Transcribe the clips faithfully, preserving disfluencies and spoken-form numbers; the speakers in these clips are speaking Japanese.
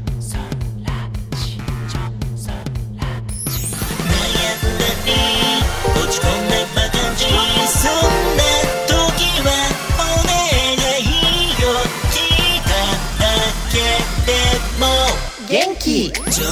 元気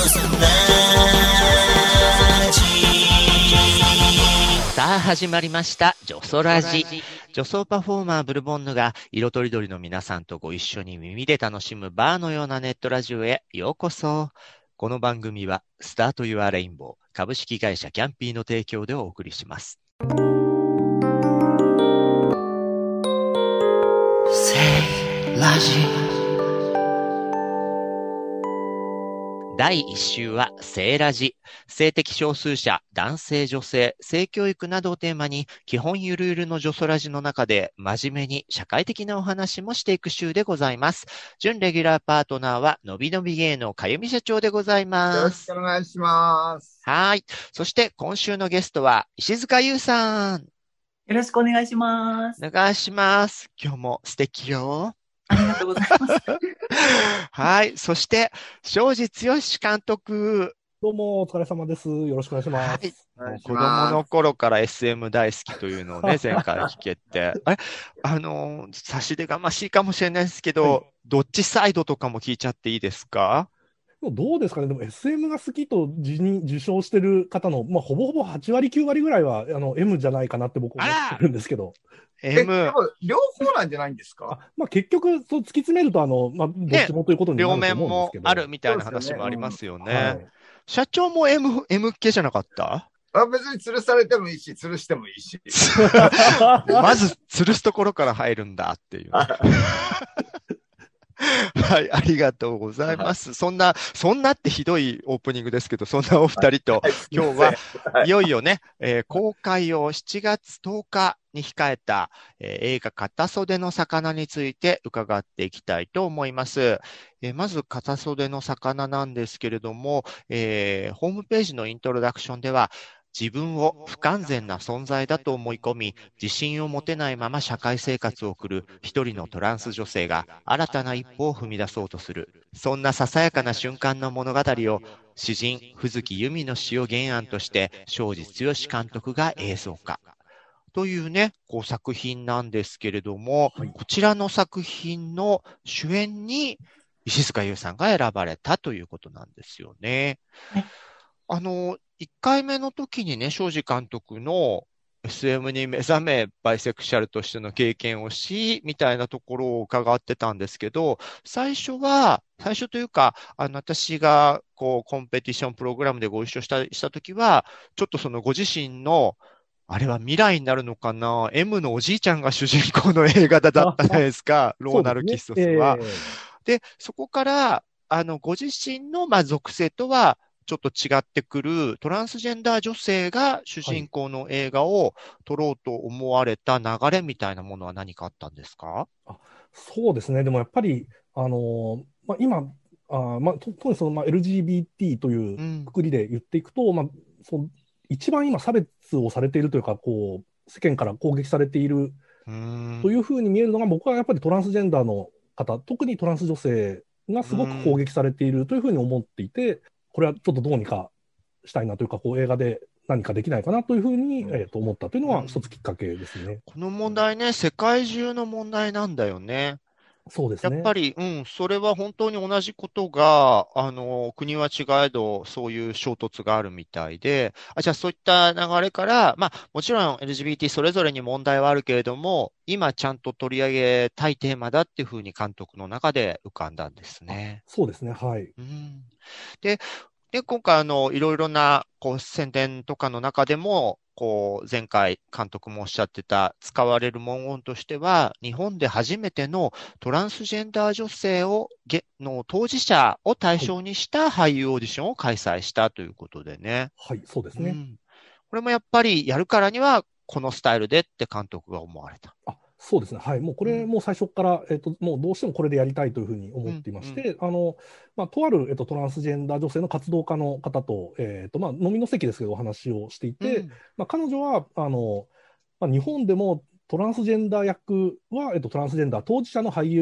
さあ始まりましたジョソラジ。女装パフォーマーブルボンヌが色とりどりの皆さんとご一緒に耳で楽しむバーのようなネットラジオへようこそ。この番組はスタートユアレインボー株式会社キャンピーの提供でお送りします。セイラジだいいっ週は性ラジ、性的少数者、男性女性、性教育などをテーマに基本ゆるゆるのジョソラジの中で真面目に社会的なお話もしていく週でございます。準レギュラーパートナーはのびのび芸能かゆみ社長でございます。 よろしくお願いします。 はい。そして今週のゲストは石塚優さん。 よろしくお願いします。 お願いします。今日も素敵よ。 ありがとうございます。 はい。そして、庄司剛監督。 どうも、お疲れ様です。よろしくお願いします。 はい、子供の頃から エスエム 大好きというのをね、前回聞けて。あれあの、差し出がましいかもしれないですけど、はい、どっちサイドとかも聞いちゃっていいですか？ どうですかね。でも エスエム が好きと受に受賞してる方の、まあ、ほぼほぼはち割きゅう割ぐらいは、あの、M じゃないかなって僕は思ってるんですけど。 M。でも両方なんじゃないんですか？ あまあ、結局、そう突き詰めると、あの、まあ、どっちもということになると思うんですけど、ね、両面もあるみたいな話もありますよね。 うんはい、 社長も M、M 系じゃなかった？ あ別に吊るされてもいいし、吊るしてもいいし。 まず、吊るすところから入るんだっていう。はい、ありがとうございます。そんな、そんなってひどいオープニングですけど、そんなお二人と、今日は、いよいよね、えー、公開をしちがつとおかに控えた、えー、映画片袖の魚について伺っていきたいと思います。えー、まず、片袖の魚なんですけれども、えー、ホームページのイントロダクションでは、自分を不完全な存在だと思い込み、自信を持てないまま社会生活を送る一人のトランス女性が新たな一歩を踏み出そうとする。そんなささやかな瞬間の物語を詩人、藤木由美の詩を原案として庄司剛監督が映像化。というね、こう作品なんですけれども、はい、こちらの作品の主演に石塚優さんが選ばれたということなんですよね。はい、あの、いっかいめの時にね、庄司監督の エスエム に目覚め、バイセクシャルとしての経験をし、みたいなところを伺ってたんですけど、最初は、最初というか、あの、私が、こう、コンペティションプログラムでご一緒した、した時は、ちょっとそのご自身の、あれは未来になるのかな ?M のおじいちゃんが主人公の映画だったじゃないですか、ローナル・キストスは。で、ねえー、で、そこから、あの、ご自身の、まあ、属性とは、ちょっと違ってくるトランスジェンダー女性が主人公の映画を撮ろうと思われた流れみたいなものは何かあったんですか？ あそうですね。でもやっぱり、あのーまあ、今、あまあ、特にその、まあ、エルジービーティー というくくりで言っていくと、うんまあ、その一番今差別をされているというか、こう、世間から攻撃されているというふうに見えるのが、僕はやっぱりトランスジェンダーの方、特にトランス女性がすごく攻撃されているというふうに思っていて、これはちょっとどうにかしたいなというか、こう映画で何かできないかなというふうに、うん、えー、と思ったというのは一つきっかけですね。 この問題ね、世界中の問題なんだよね。 そうですね。 やっぱり、うん、それは本当に同じことが、あの、国は違えど、そういう衝突があるみたいで、あ、じゃあそういった流れから、まあ、もちろん エルジービーティー それぞれに問題はあるけれども、今ちゃんと取り上げたいテーマだっていうふうに監督の中で浮かんだんですね。 そうですね、はい。 うん、で、で、今回、あの、いろいろな、こう、宣伝とかの中でも、こう、前回監督もおっしゃってた、使われる文言としては、日本で初めてのトランスジェンダー女性を、の当事者を対象にした俳優オーディションを開催したということでね。 はい、そうですね。 うん、これもやっぱりやるからには、このスタイルでって監督が思われた。 あそうですね。はい。もうこれも最初から、えっと、もうどうしてもこれでやりたいというふうに思っていまして、うんうん、あの、まあ、とある、えっと、トランスジェンダー女性の活動家の方と、えっと、まあ、飲みの席ですけどお話をしていて、うん、まあ、彼女は、あの、まあ、日本でもトランスジェンダー役は、えっと、トランスジェンダー当事者の俳優に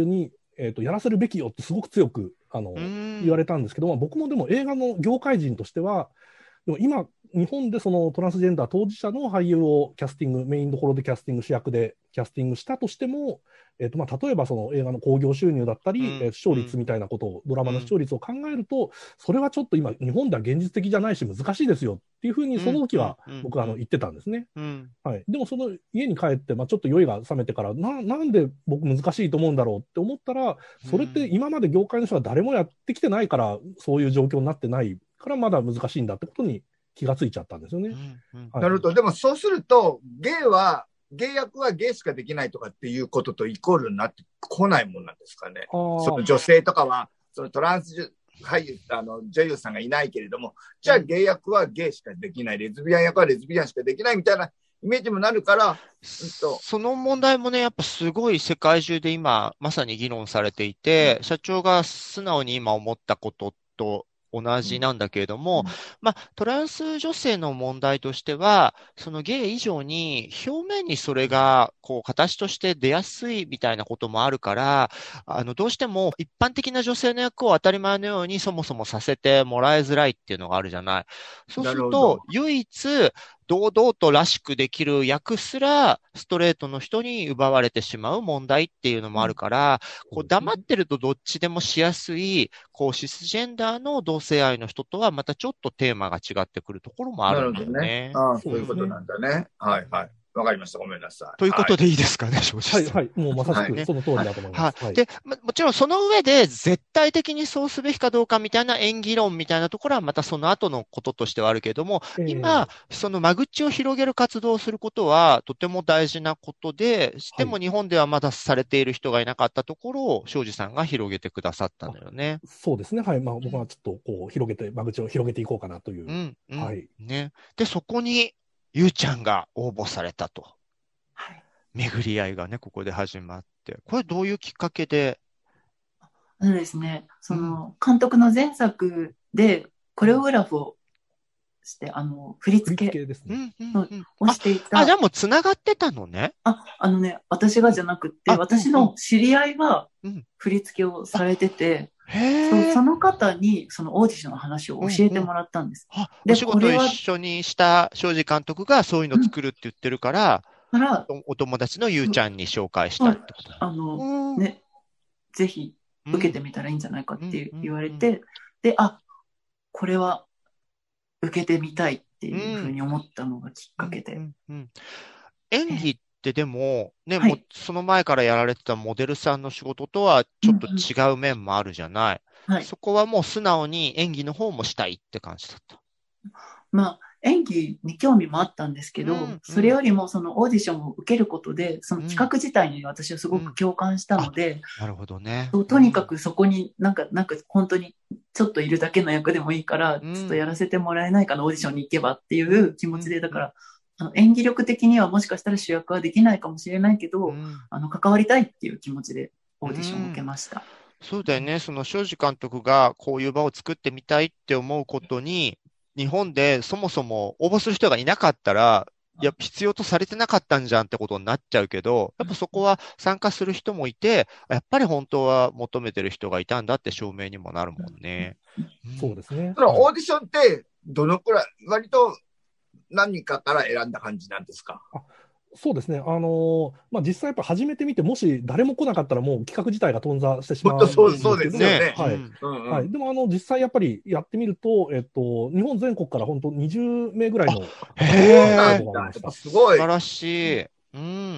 えっと、やらせるべきよってすごく強く、あの、言われたんですけど、まあ、僕もでも映画の業界人としては、でも今、日本でそのトランスジェンダー当事者の俳優をキャスティング、メインどころでキャスティング、主役でキャスティングしたとしても、えっとまあ例えばその映画の興行収入だったり、うんえー視聴率みたいなことを、うん、ドラマの視聴率を考えると、それはちょっと今、日本では現実的じゃないし、難しいですよっていうふうに、その時は僕はあの言ってたんですね。うんはい、でも、その家に帰って、まあ、ちょっと酔いが冷めてからな、なんで僕、難しいと思うんだろうって思ったら、それって今まで業界の人は誰もやってきてないから、そういう状況になってないから、まだ難しいんだってことに気がついちゃったんですよね。 うんうんはい、なるほど。でもそうすると、ゲイは、ゲイ役はゲイしかできないとかっていうこととイコールになってこないもんなんですかね。その女性とかは、そのトランス俳優、あの、女優さんがいないけれども、じゃあゲイ役はゲイしかできない、レズビアン役はレズビアンしかできないみたいなイメージもなるから、うんと、 その問題もね、やっぱすごい世界中で今、まさに議論されていて、うん、社長が素直に今思ったことと、同じなんだけれども、うん、まあ、トランス女性の問題としては、そのゲイ以上に表面にそれが、こう、形として出やすいみたいなこともあるから、あの、どうしても一般的な女性の役を当たり前のようにそもそもさせてもらいづらいっていうのがあるじゃない。そうすると、唯一、堂々とらしくできる役すらストレートの人に奪われてしまう問題っていうのもあるから、こう黙ってるとどっちでもしやすい、こうシスジェンダーの同性愛の人とはまたちょっとテーマが違ってくるところもあるんだよね。 ねああ、そういうことなんだね。はいはい。わかりました。ごめんなさい。 ということでいいですかね、正直。 はい、はい。もうまさしくその通りだと思います。 はい。で、もちろんその上で絶対的にそうすべきかどうかみたいな演技論みたいなところはまたその後のこととしてはあるけれども、えー、今、その間口を広げる活動をすることはとても大事なことで、しても日本ではまだされている人がいなかったところを庄司さんが広げてくださったんだよね。 そうですね。はい。まあ僕はちょっとこう広げて、間口を広げていこうかなという。 うん。うん、 はい。 ね。で、そこにゆうちゃんが応募されたと。 はい、 巡り合いがね、ここで始まって。これどういうきっかけで？ あのですね、その、監督の前作でコレオグラフをして、あの、振り付けをしていた。 あ、じゃあもう繋がってたのね。 あ、あのね、私がじゃなくて、私の知り合いが振り付けをされてて、そ, その方にそのオーディションの話を教えてもらったんです。 うんうん、で、お仕事一緒にした庄司監督がそういうの作るって言ってるから、うん、からお友達のゆうちゃんに紹介したってこと、 うん、あの、ね、ぜひ受けてみたらいいんじゃないかって言われて、うんうんうん、で、あ、これは受けてみたいっていうふうに思ったのがきっかけで。うんうんうん、 演技ってでも、ね、はい、もうその前からやられてたモデルさんの仕事とはちょっと違う面もあるじゃない。うんうんはい、そこはもう素直に演技の方もしたいって感じだった。 まあ、演技に興味もあったんですけど、うんうん、それよりもそのオーディションを受けることで、その企画自体に私はすごく共感したので、うんうん、 なるほどね。 とにかくそこになんか、なんか本当にちょっといるだけの役でもいいから、うん、ちょっとやらせてもらえないかな、オーディションに行けばっていう気持ちで、だから、あの演技力的にはもしかしたら主役はできないかもしれないけど、うん、あの関わりたいっていう気持ちでオーディションを受けました。 うん、そうだよね。その庄司監督がこういう場を作ってみたいって思うことに、日本でそもそも応募する人がいなかったら、いや、必要とされてなかったんじゃんってことになっちゃうけど、やっぱそこは参加する人もいて、やっぱり本当は求めてる人がいたんだって証明にもなるもんね。 うん、そうですね。 そのオーディションってどのくらい、割と何人かから選んだ感じなんですか？ あそうですね。あのー、まあ、実際やっぱ始めてみて、もし誰も来なかったらもう企画自体が頓挫してしまうんですけど、 そうですね。 はい。うんうんうん、はい。でもあの、実際やっぱりやってみると、えっと、日本全国から本当にじゅうめいぐらいの。 へー。すごい。 素晴らしい。うん。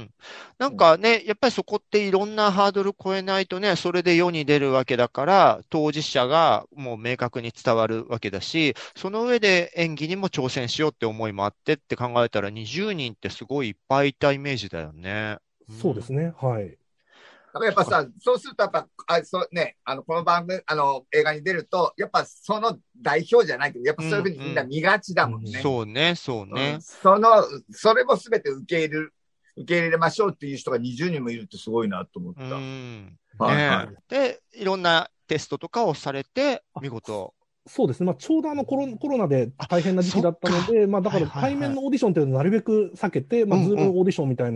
なんかね、やっぱりそこっていろんなハードル超えないとね、それで世に出るわけだから、当事者がもう明確に伝わるわけだし、その上で演技にも挑戦しようって思いもあってって考えたらにじゅうにんってすごいいっぱいいたイメージだよね。 うん、そうですね。はい。 だからやっぱさ、そうするとやっぱ、あ、そうね、あの、この番組、あの、映画に出ると、やっぱその代表じゃないけど、やっぱそういうふうにみんな見がちだもんね。 うんうん、そうね、そうね、 うん。その、それもすべて受け入れる。受け入れましょうっていう人がにじゅうにんもいるってすごいなと思った。うんはいねはい、で、いろんなテストとかをされて、見事。 そうですね。まあ、ちょうどあのコロ、コロナで大変な時期だったので、まあ、だから対面のオーディションっていうのをなるべく避けて、まあ、ズームオーディションみたいな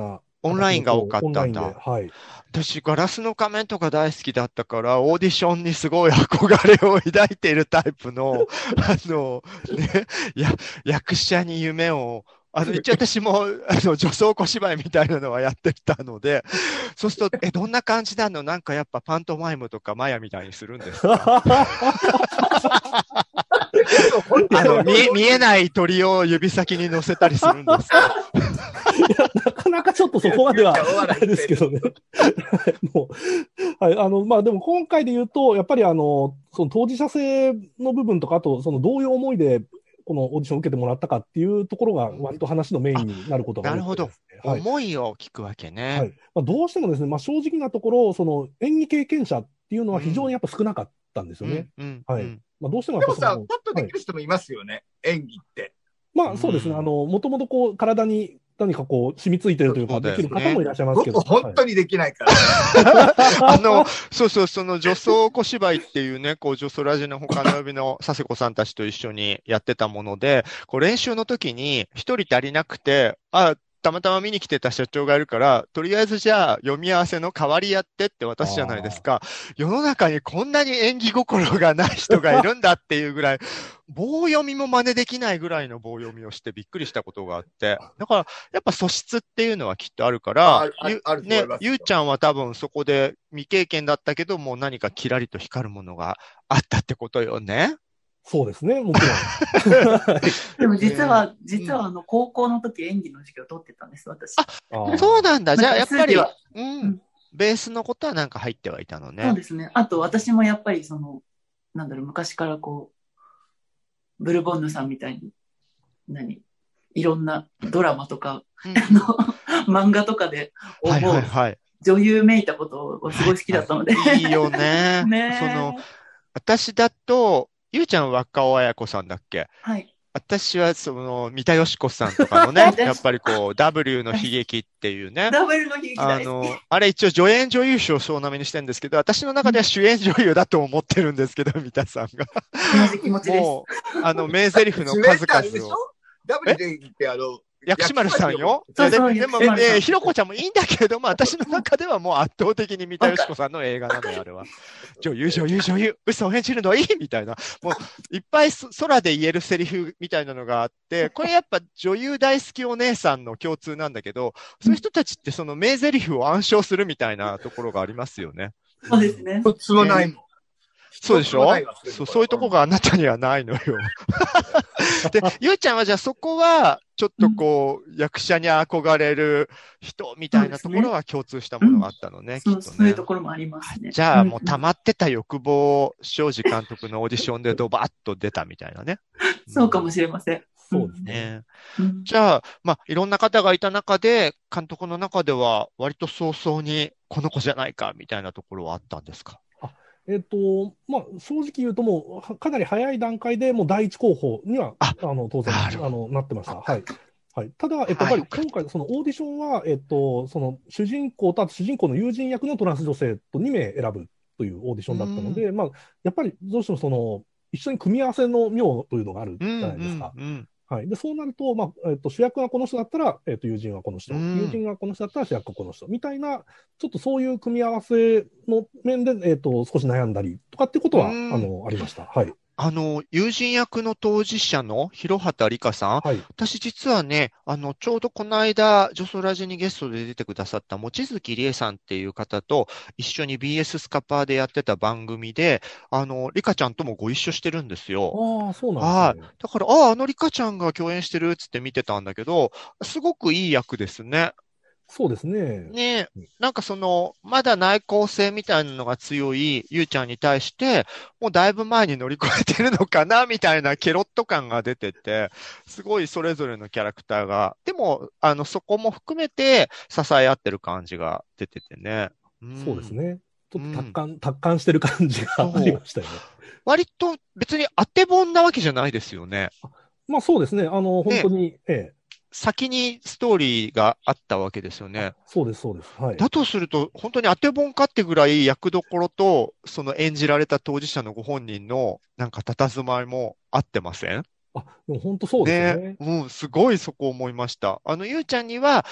オンラインが多かったんだ。 はい。 私、ガラスの仮面とか大好きだったから、オーディションにすごい憧れを抱いているタイプの、あの、ね、や、役者に夢を、あの、一応私も、あの、女装小芝居みたいなのはやってたので、そうすると、え、どんな感じなの？なんかやっぱパントマイムとかマヤみたいにするんですか？あの、見え、見えない鳥を指先に乗せたりするんですか？ いや、なかなかちょっとそこまでは、あれですけどね。もう、はい、あの、まあでも今回で言うと、やっぱりあの、その当事者性の部分とか、あと、そのどういう思いで、このオーディションを受けてもらったかっていうところが、割と話のメインになることが多いですね。なるほど。 はい、思いを聞くわけね。 はい。まあ、どうしてもですね、まあ正直なところ、その演技経験者っていうのは非常にやっぱ少なかったんですよね。 うん。 はい。 うん、 まあどうしてもやっぱその。 でもさ、パッとできる人もいますよね、はい、演技って。 まあそうですね、あの、もともとこう、体に何かこう、染みついてるというか、できる方もいらっしゃいますけど。 僕本当にできないから。 あの、そうそう、その女装小芝居っていうね、こう、女装ラジの他の曜日の佐世子さんたちと一緒にやってたもので、こう練習の時に一人足りなくて、あ、たまたま見に来てた社長がいるから、とりあえずじゃあ読み合わせの代わりやってって私じゃないですか。世の中にこんなに演技心がない人がいるんだっていうぐらい、棒読みも真似できないぐらいの棒読みをしてびっくりしたことがあって。だから、やっぱ素質っていうのはきっとあるから、ゆね、ゆうちゃんは多分そこで未経験だったけど、もう何かキラリと光るものがあったってことよね。 そうですね、もちろん。 でも実は、実はあの、高校の時演技の授業を取ってたんです、私。 あ、そうなんだ。じゃあやっぱり、うん、ベースのことはなんか入ってはいたのね。 そうですね。あと私もやっぱりその、なんだろう、昔からこう、ブルボンヌさんみたいに、何いろんなドラマとか、うん、あの、漫画とかで思う、はいはいはい、女優めいたことをすごい好きだったので。 はい、いいよね。ねその、私だと、ゆうちゃん若尾彩子さんだっけ？ はい。 私は、その、三田佳子さんとかのね、やっぱりこう、W の悲劇っていうね。 W の悲劇あの、あれ一応助演女優賞を総なめにしてるんですけど、私の中では主演女優だと思ってるんですけど、三田さんが。 同じ気持ちです。 もう、あの、名台詞の数々を。 W でってあの、 薬師丸さんよ。 そうそうでも、え、ひろこちゃんもいいんだけれども、私の中ではもう圧倒的に三田佳子さんの映画なのよ、あれは。女優、女優、女優、嘘を演じるのいいみたいな。もう、いっぱい空で言えるセリフみたいなのがあって、これやっぱ女優大好きお姉さんの共通なんだけど、そういう人たちってその名台詞を暗唱するみたいなところがありますよね。 そうですね。 一つもないもん。 そうでしょ？そう、そういうとこがあなたにはないのよ。で、ゆうちゃんはじゃあそこは、ちょっとこう、うん、役者に憧れる人みたいなところは共通したものがあったのね、 そうきっとね。 そういうところもありますね。 じゃあもう溜まってた欲望を、庄司監督のオーディションでドバッと出たみたいなね。 そうかもしれません。 そうですね。 うん、じゃあ、まあ、いろんな方がいた中で、監督の中では割と早々にこの子じゃないかみたいなところはあったんですか？ えっと、まあ、正直言うともう、かなり早い段階でもう第一候補には、あの、当然、あの、なってました。はい。はい。ただ、えっと、やっぱり今回、そのオーディションは、えっと、その主人公と、あと主人公の友人役のトランス女性とに名選ぶというオーディションだったので、まあ、やっぱりどうしてもその、一緒に組み合わせの妙というのがあるじゃないですか。うんうんうんはい。で、そうなると、まあ、えっと、主役がこの人だったら、えっと、友人はこの人、友人がこの人だったら主役はこの人、みたいな、ちょっとそういう組み合わせの面で、えっと、少し悩んだりとかってことは、あの、ありました。はい。 あの、友人役の当事者の広畑理香さん、はい、私実はね、あの、ちょうどこの間、女装ラジにゲストで出てくださった望月理恵さんっていう方と一緒に ビーエス スカパーでやってた番組で、あの、理香ちゃんともご一緒してるんですよ。 ああ、そうなんですね。 だから、ああ、あの理香ちゃんが共演してるっつって見てたんだけど、すごくいい役ですね。 そうですね。 ねえ、なんかその、まだ内向性みたいなのが強いゆうちゃんに対して、もうだいぶ前に乗り越えてるのかな、みたいなケロッと感が出てて、すごいそれぞれのキャラクターが、でも、あの、そこも含めて支え合ってる感じが出ててね。 うん、そうですね。ちょっと達観、うん、達観してる感じがありましたよね。 割と別に当て本なわけじゃないですよね。 まあそうですね。あの、本当に、ね、ええ。 先にストーリーがあったわけですよね。 そうです、そうです。はい。 だとすると、本当に当て本かってぐらい役どころと、その演じられた当事者のご本人のなんか佇まいも合ってません？ あ、でも本当そうですね。 ね、うん、すごいそこ思いました。あの、ゆうちゃんには、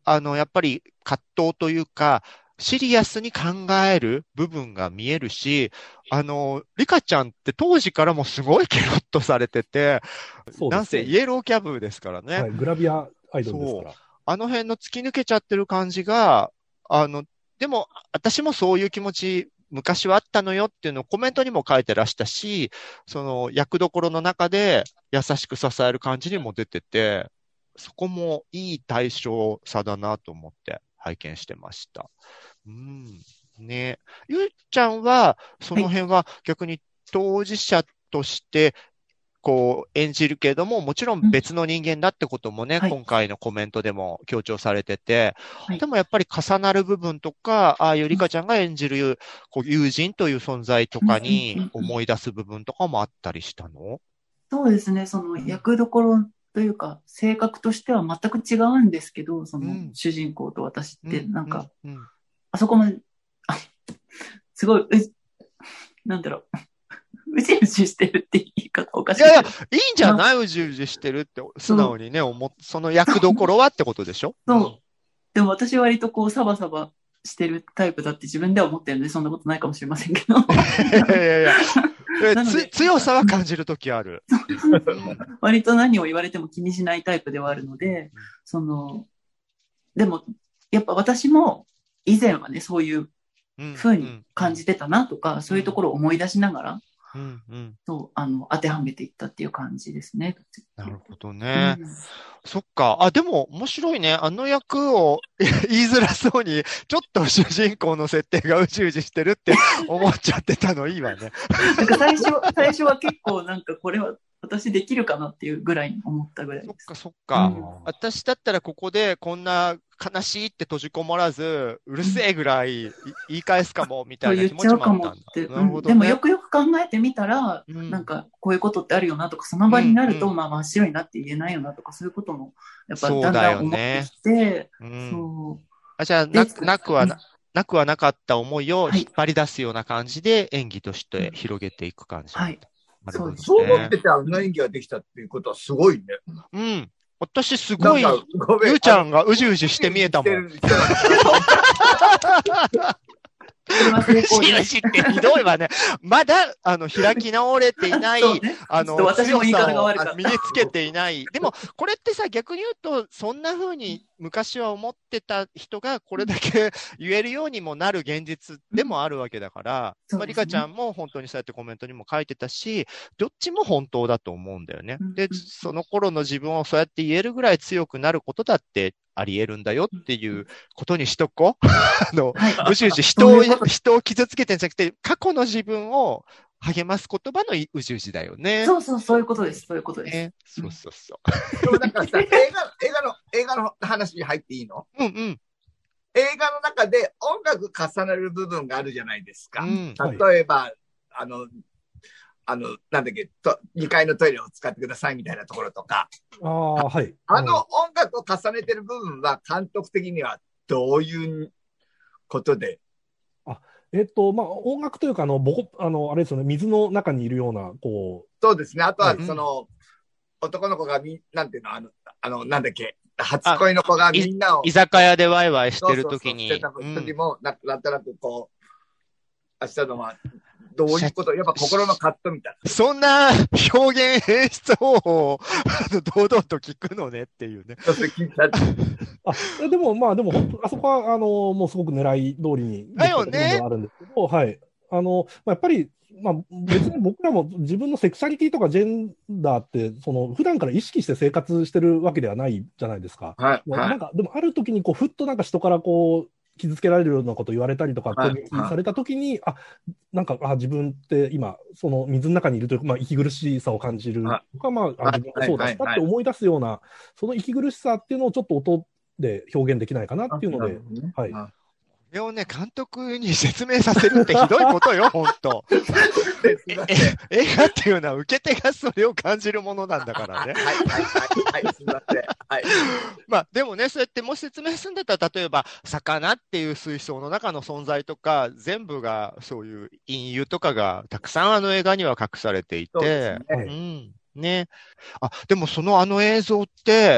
あの、やっぱり葛藤というか、シリアスに考える部分が見えるし、あの、リカちゃんって当時からもすごいケロッとされてて、 そうですね。 なんせイエローキャブですからね。 はい、グラビアアイドルですから。 あの辺の突き抜けちゃってる感じが、あの、でも、私もそういう気持ち、昔はあったのよっていうのをコメントにも書いてらしたし、その役どころの中で優しく支える感じにも出てて、そこもいい対象さだなと思って拝見してました。うん。ね。ゆうちゃんは、その辺は逆に当事者として、こう演じるけれども、もちろん別の人間だってこともね、うんはい、今回のコメントでも強調されてて、はい、でもやっぱり重なる部分とか、ああいうリカちゃんが演じるこう友人という存在とかに思い出す部分とかもあったりしたの？ そうですね、その役どころというか、性格としては全く違うんですけど、その主人公と私って、なんか、うんうんうん、あそこまで、すごい、なんだろう。うじうじしてるって言い方おかしい。 いやいや、いいんじゃないうじうじしてるって素直にね、思その役どころはってことでしょ？ そう。うん、でも私割とこうサバサバしてるタイプだって自分では思ってるので、そんなことないかもしれませんけど。いやいやいやつ強さは感じるときある。 割と何を言われても気にしないタイプではあるので、その、でも、やっぱ私も以前はね、そういう風に感じてたなとか、うんうん、そういうところを思い出しながら、うんうん、そうあの当てはめていったっていう感じですね。 なるほどね。うん、そっか。あ、でも面白いね。あの役を言いづらそうに、ちょっと主人公の設定がうじうじしてるって思っちゃってたのいいわね。 なんか最初、最初は結構なんかこれは私できるかなっていうぐらいに思ったぐらいです。 そっかそっか、うん。私だったらここでこんな悲しいって閉じこもらず、うるせえぐらい言い返すかもみたいな気持ちもあったんだ。 なるほどね。でもよくよく考えてみたら、うん、なんかこういうことってあるよなとか、その場になると、うんうん、まあ真っ白になって言えないよなとか、そういうこともやっぱだんだん思ってきて、そう、ね、そうあじゃあな、なくはな、なくはなかった思いを引っ張り出すような感じで演技として広げていく感じ。 はい。 そうですね。そう思っててあんな演技ができたっていうことはすごいね。 うん。私すごい、ゆうちゃんがうじうじして見えたもん。うじうじってひどいわね。まだ、あの、開き直れていない、ね、あの、 私も言い方が悪かった。 身につけていない。でも、これってさ、逆に言うと、そんな風に昔は思ってた人がこれだけ言えるようにもなる現実でもあるわけだから、うん、まあ、リカちゃんも本当にそうやってコメントにも書いてたし、どっちも本当だと思うんだよね。うん、で、その頃の自分をそうやって言えるぐらい強くなることだってあり得るんだよっていうことにしとこう。あの、むしろ人を、人を傷つけてんじゃなくて、過去の自分を励ます言葉のうじうじだよね。 そうそう、そういうことです。そういうことです。ね、 そうそうそう。 でもなんかさ、映画、映画の、映画の話に入っていいの？ うんうん。 映画の中で音楽重ねる部分があるじゃないですか。うん、例えば、はい、あの、あの、なんだっけ、と、にかいのトイレを使ってくださいみたいなところとか。 ああ、はい。 あの音楽を重ねてる部分は監督的にはどういうことで？ あ、えっと、まあ、音楽というか、あの、ぼこ、あの、あれですよね、水の中にいるような、こう。 そうですね。あとは、その、はい、男の子がみ、なんていうの、あの、あの、なんだっけ、初恋の子がみんなを。 居酒屋でワイワイしてるときに。 そうそうそうしてた時も、うん、な、なんとなくこう、明日のは、どういうこと、やっぱ心のカットみたいな。 そんな表現演出方法を堂々と聞くのねっていうね。 あでもまあでも本当あそこはあのもうすごく狙い通りにだよね。 あるんですけど、はい。あのまあ、やっぱりまあ別に僕らも自分のセクシャリティとかジェンダーってその普段から意識して生活してるわけではないじゃないですか。 はい。 なんかでもある時にこうふっとなんか人からこう傷つけられるようなこと言われたりとか、攻撃されたときに、あ、なんか、あ、自分って今、その水の中にいるというか、まあ、息苦しさを感じるとか、まあ、自分がそうだったって思い出すような、その息苦しさっていうのをちょっと音で表現できないかなっていうので、はい。 これをね、監督に説明させるってひどいことよ、ほんと。映画っていうのは受け手がそれを感じるものなんだからね。 はい、はい、はい、はい、すみません。はい。 まあ、でもね、そうやってもし説明するんだったら、例えば、魚っていう水槽の中の存在とか、全部がそういう隠喩とかがたくさんあの映画には隠されていて、 そうですね。 うん。 ね。あ、でもそのあの映像って、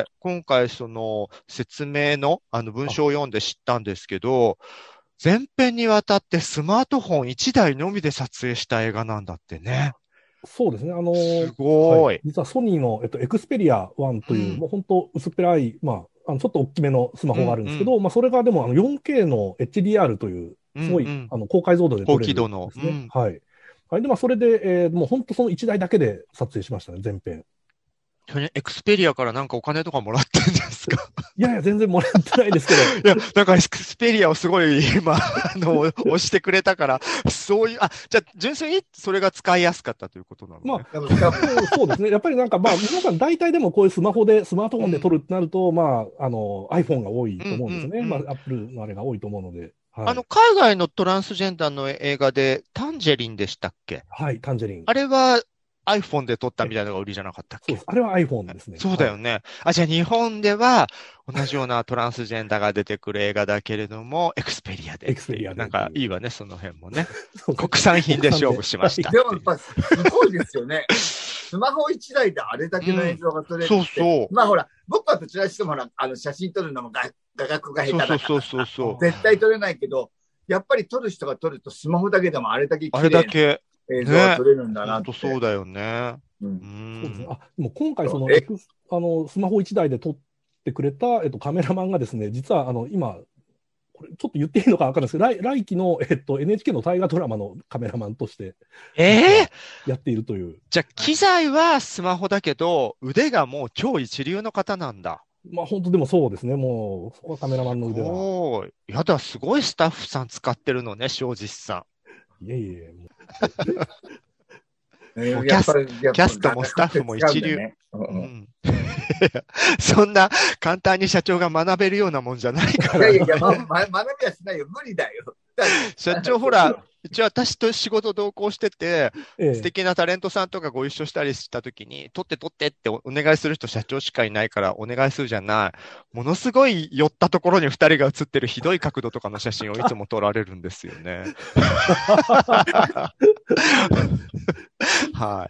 今回その説明のあの文章を読んで知ったんですけど、全編にわたってスマートフォンいちだいのみで撮影した映画なんだってね。 そうですね。あのー、 すごい。 はい、実はソニーの、えっと、エクスペリアワンという、うん、もう本当薄っぺらい、まあ、あのちょっと大きめのスマホがあるんですけど、うんうん、まあ、それがでもあの よんケー の エイチディーアール という、すごい、うんうん、あの高解像度で撮れるんですね。 高輝度の。うん、 はい。はい。で、まあ、それで、えー、もう本当そのいちだいだけで撮影しましたね、全編。 それエクスペリアからなんかお金とかもらってんですか？ いやいや、全然もらってないですけど。 いや、なんかエクスペリアをすごい今、あの、押してくれたから、そういう、あ、じゃあ、純粋にそれが使いやすかったということなのね。 まあ、そうですね。やっぱりなんか、まあ、皆さん大体でもこういうスマホで、スマートフォンで撮るってなると、うん、まあ、あの、iPhone が多いと思うんですね。うんうんうん、まあ、Apple のあれが多いと思うので。はい、 あの、海外のトランスジェンダーの映画で、タンジェリンでしたっけ？ はい、タンジェリン。 あれは、iPhone で撮ったみたいなのが売りじゃなかったっけ？ そうです。あれは iPhone ですね。 そうだよね。はい、あ、じゃあ日本では同じようなトランスジェンダーが出てくる映画だけれども、エクスペリアで。 エクスペリアで。 なんかいいわね、その辺もね。国産品で勝負しました。 でもやっぱすごいですよね。スマホ一台であれだけの映像が撮れるって、うん。そうそう。まあほら、僕はどちらにしてもほら、あの写真撮るのも画角が下手だから。 そうそうそうそう。 絶対撮れないけど、やっぱり撮る人が撮るとスマホだけでもあれだけ綺麗なあれだけ映像が撮れるんだなって。 ね、そうだよね。 うん、そうですね。あ、でも今回その、あの、スマホ一台で撮ってくれた、えっと、カメラマンがですね、実は、あの、今、これ、ちょっと言っていいのかわかんないですけど、来、来期の、えっと、エヌエイチケー の大河ドラマのカメラマンとして、 ええー、やっているという。 じゃあ、機材はスマホだけど、腕がもう超一流の方なんだ。 まあ、本当でもそうですね。もう、そこはカメラマンの腕は。 おー、やだ、すごいスタッフさん使ってるのね、庄司さん。いえいえ、もう。 キャス、キャストもスタッフも一流。ねうんうん、そんな簡単に社長が学べるようなもんじゃないから。 いやいや、ま、ま、学びはしないよ。無理だよ。 社長ほら、一応私と仕事同行してて、ええ、素敵なタレントさんとかご一緒したりしたときに、撮って撮ってってお願いする人社長しかいないからお願いするじゃない。ものすごい寄ったところに二人が写ってるひどい角度とかの写真をいつも撮られるんですよね。はい。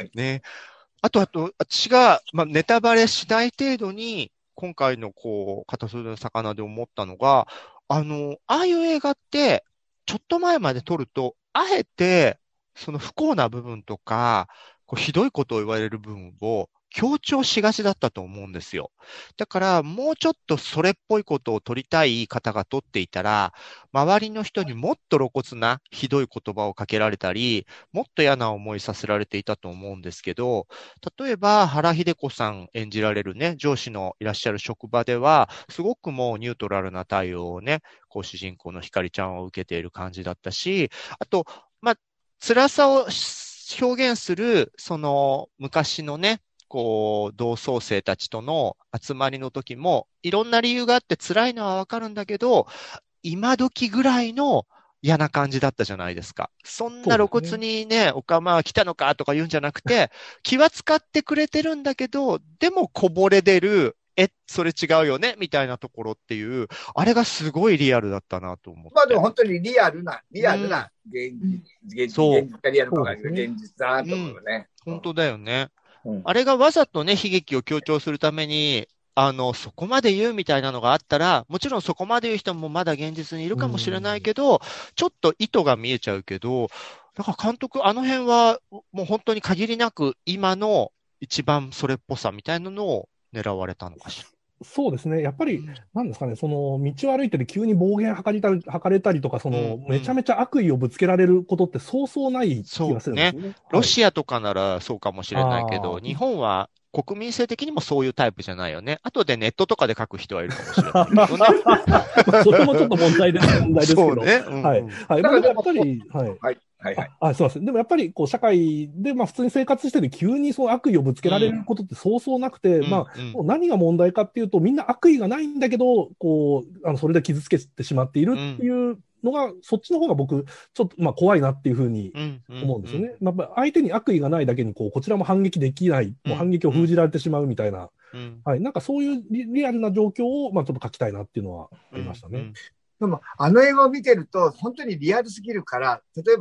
ね。あと、あと、私が、まあ、ネタバレしない程度に、今回のこう、片袖の魚で思ったのが、あの、ああいう映画って、ちょっと前まで撮ると、あえて、その不幸な部分とか、こうひどいことを言われる部分を強調しがちだったと思うんですよ。だから、もうちょっとそれっぽいことを撮りたい方が撮っていたら、周りの人にもっと露骨なひどい言葉をかけられたり、もっと嫌な思いさせられていたと思うんですけど、例えば原秀子さん演じられるね、上司のいらっしゃる職場では、すごくもうニュートラルな対応をね、こう主人公のひかりちゃんを受けている感じだったし、あと、まあ、辛さを表現する、その昔のね、こう、同窓生たちとの集まりの時も、いろんな理由があって辛いのはわかるんだけど、今時ぐらいの嫌な感じだったじゃないですか。そんな露骨にね、おかまは来たのかとか言うんじゃなくて、気は使ってくれてるんだけど、でもこぼれ出る、え、それ違うよねみたいなところっていう、あれがすごいリアルだったなと思って。 まあでも本当にリアルな、リアルな現実、現実、現実かリアルかが現実だなと思うよね。 うん、本当だよね。うん、あれがわざとね、悲劇を強調するために、あの、そこまで言うみたいなのがあったら、もちろんそこまで言う人もまだ現実にいるかもしれないけど、ちょっと意図が見えちゃうけど、だから監督、あの辺はもう本当に限りなく今の一番それっぽさみたいなのを狙われたのかしら。 そうですね。やっぱり、なんですかね、その、道を歩いてて急に暴言吐かれたり、吐かれたりとか、その、うんうん、めちゃめちゃ悪意をぶつけられることってそうそうない気がするんですね。 ね、はい、ロシアとかならそうかもしれないけど、日本は国民性的にもそういうタイプじゃないよね。後でネットとかで書く人はいるかもしれないけどね。 まあそれもちょっと問題です、問題ですけど。 そうね。うんうん、 はい。はい。まあ、やっぱり、はい。 はい。はいはい。 あ、すみません。でもやっぱり、こう、社会で、まあ、普通に生活してて、急にそう悪意をぶつけられることってそうそうなくて、うん、まあ、うん、何が問題かっていうと、みんな悪意がないんだけど、こう、あの、それで傷つけてしまっているっていうのが、うん、そっちの方が僕、ちょっと、まあ、怖いなっていうふうに思うんですよね。うんうんうん、まあ、相手に悪意がないだけに、こう、こちらも反撃できない、もう反撃を封じられてしまうみたいな、うん、はい。なんかそういうリ、リアルな状況を、まあ、ちょっと書きたいなっていうのはありましたね。うんうん、 でも、あの映画を見てると、本当にリアルすぎるから、例えば、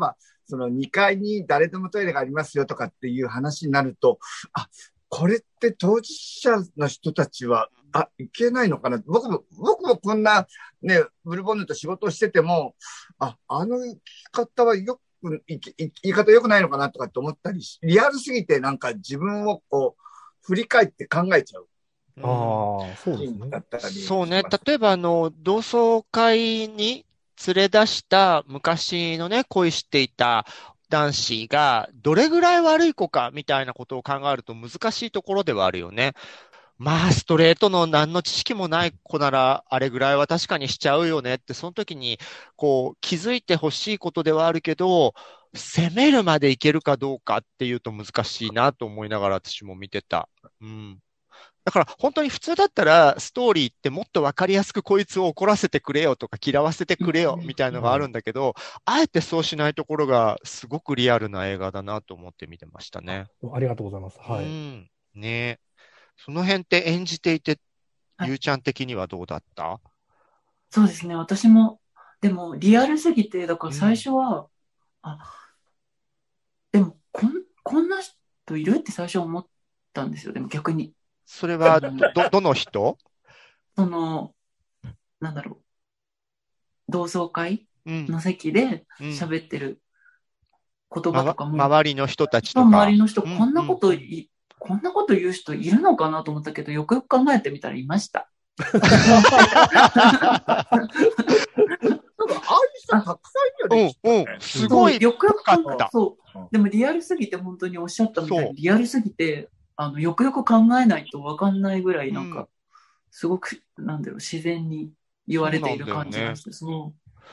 そのにかいに誰でもトイレがありますよとかっていう話になると、あ、これって当事者の人たちは、あ、いけないのかな。僕も、僕もこんなね、ブルボンヌと仕事をしてても、あ、あの生き方はよく、い言い方良くないのかなとかって思ったり、リアルすぎてなんか自分をこう、振り返って考えちゃう。 ああ、そうですね。 だったりそうね。例えば、あの、同窓会に連れ出した昔のね、恋していた男子がどれぐらい悪い子かみたいなことを考えると難しいところではあるよね。まあ、ストレートの何の知識もない子なら、あれぐらいは確かにしちゃうよねって、その時に、こう、気づいてほしいことではあるけど、責めるまでいけるかどうかっていうと難しいなと思いながら私も見てた。うん。だから本当に普通だったらストーリーってもっとわかりやすくこいつを怒らせてくれよとか嫌わせてくれよみたいなのがあるんだけど、あえてそうしないところがすごくリアルな映画だなと思って見てましたね。 ありがとうございます。はい。 うん。ね。その辺って演じていて、ゆうちゃん的にはどうだった？ そうですね。私も、でもリアルすぎて、だから最初は、うん、あ、でもこん、こんな人いるって最初思ったんですよ。でも逆に。 それはど、どの人？ その、なんだろう。同窓会の席で喋ってる言葉とかも。 うん、ま、周りの人たちとか。 周りの人、こんなこと、うんうん、こんなこと言う人いるのかなと思ったけど、よくよく考えてみたらいました。なんか、ああいう人たくさんいるよね。 うん、うん、すごい。 よくよく考えた。そう。でもリアルすぎて本当におっしゃったみたいに、リアルすぎて、あの、よくよく考えないと分かんないぐらい、なんか、うん、すごく、なんだろう、自然に言われている感じがして、そう、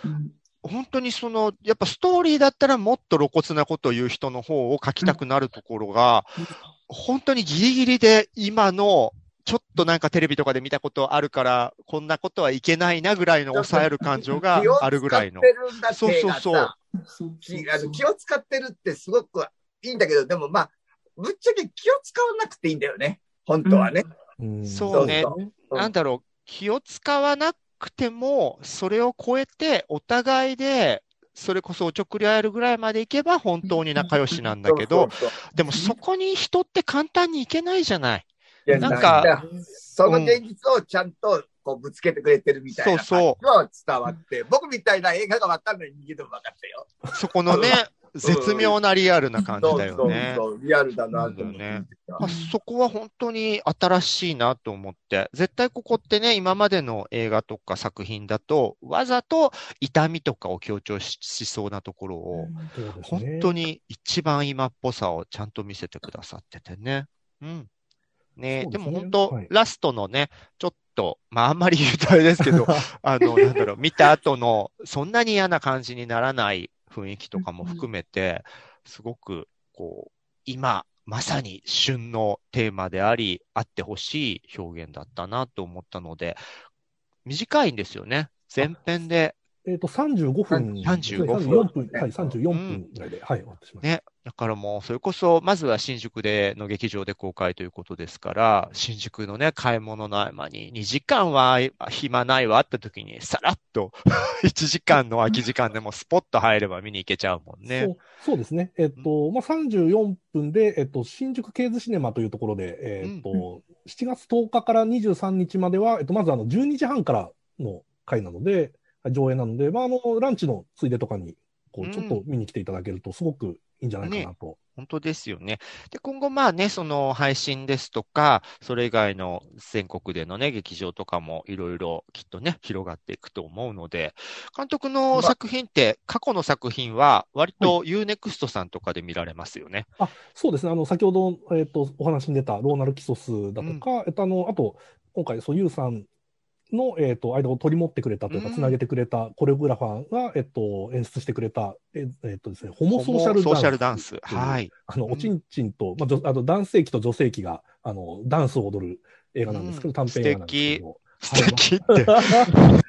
うん。 本当にその、やっぱストーリーだったらもっと露骨なことを言う人の方を書きたくなるところが、うん、本当にギリギリで今の、ちょっとなんかテレビとかで見たことあるから、こんなことはいけないなぐらいの抑える感情があるぐらいの。 そうそうそう。気, あの気を使ってるってすごくいいんだけど、でもまあ、ぶっちゃけ気を使わなくていいんだよね。本当はね。 うん、そうね。そうそう。なんだろう、気を使わなくても、それを超えてお互いで、それこそおちょくり合えるぐらいまでいけば本当に仲良しなんだけど、でもそこに人って簡単にいけないじゃない。 いやなんか、その現実をちゃんとこうぶつけてくれてるみたいな感じは伝わって、そうそう、僕みたいな映画が分かんない人間でも分かったよ。 そこのね、絶妙なリアルな感じだよね。 そうそうそう、リアルだなと思って、ね。 まあ、そこは本当に新しいなと思って、絶対ここってね、今までの映画とか作品だと、わざと痛みとかを強調 し, しそうなところを、うん、本当に一番今っぽさをちゃんと見せてくださっててね。うん。ね、で, ねでも本当、はい、ラストのね、ちょっと、まああんまり言うとあれですけど、あの、なんだろう、見た後の、そんなに嫌な感じにならない雰囲気とかも含めて、すごく、こう、今、まさに旬のテーマであり、あってほしい表現だったなと思ったので、短いんですよね。前編で。 えっと、さんじゅうごふん。 さんじゅうごふん。 さんじゅうよんぷん。はい、さんじゅうよんぷんぐらいで、うん、はい、終わってしまいました。 ね。だからもう、それこそ、まずは新宿での劇場で公開ということですから、新宿のね、買い物の合間ににじかんは暇ないわって時に、さらっといちじかんの空き時間でもスポッと入れば見に行けちゃうもんね。 そう、そうですね。えっと、まあ、さんじゅうよんぷんで、えっと、新宿ケーズシネマというところで、えっと、うん、しちがつとおかからにじゅうさんにちまでは、えっと、まずあの、じゅうにじはんからの回なので、上映なので、まあ、あの、ランチのついでとかに、こう、ちょっと見に来ていただけると、すごくいいんじゃないかなと。ね、 本当ですよね。で、今後、まあね、その配信ですとか、それ以外の全国でのね、劇場とかもいろいろきっとね、広がっていくと思うので、監督の作品って、過去の作品は、割と ユーネクスト さんとかで見られますよね。 はい、あ、そうですね。あの、先ほど、えっと、お話に出たローナル・キソスだとか、うん、えっと、あの、あと、今回、そう、ユーさん、の、えっと、間を取り持ってくれたというか、つなげてくれたコレオグラファーが、えっと、演出してくれた、えっとですね、ホモソーシャルダンス。 ホモソーシャルダンス。はい。 あの、おちんちんと、まあ、あの、男性器と女性器が、あの、ダンスを踊る映画なんですけど、短編映画なんですけど。 素敵。素敵って。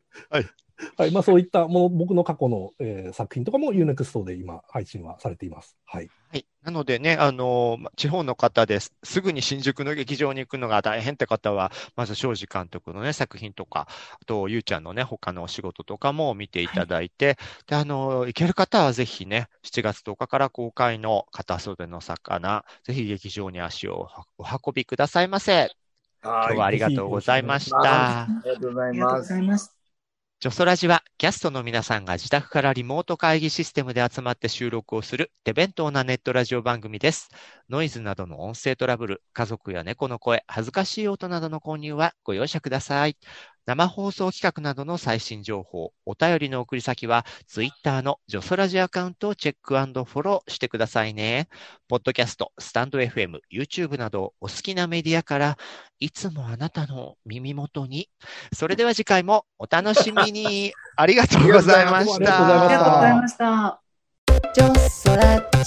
はい。 はい。まあそういったもの、僕の過去の、えー、作品とかも ユーネクスト で今配信はされています。はい。 はい。なのでね、あのー、地方の方です。すぐに新宿の劇場に行くのが大変って方は、まず庄司監督のね、作品とか、あと、ゆうちゃんのね、他のお仕事とかも見ていただいて、はい、で、あのー、行ける方はぜひね、しちがつとおかから公開の片袖の魚、ぜひ劇場に足をお運びくださいませ。今日はありがとうございました。 ありがとうございます。 ジョソラジはキャストの皆さんが自宅からリモート会議システムで集まって収録をする手弁当なネットラジオ番組です。ノイズなどの音声トラブル、家族や猫の声、恥ずかしい音などの購入はご容赦ください。生放送企画などの最新情報、お便りの送り先は、ツイッターのジョソラジアカウントをチェック&フォローしてくださいね。ポッドキャスト、スタンド エフエム、YouTube などお好きなメディアから、いつもあなたの耳元に。それでは次回もお楽しみに。ありがとうございました。 ありがとうございました。 ジョソラ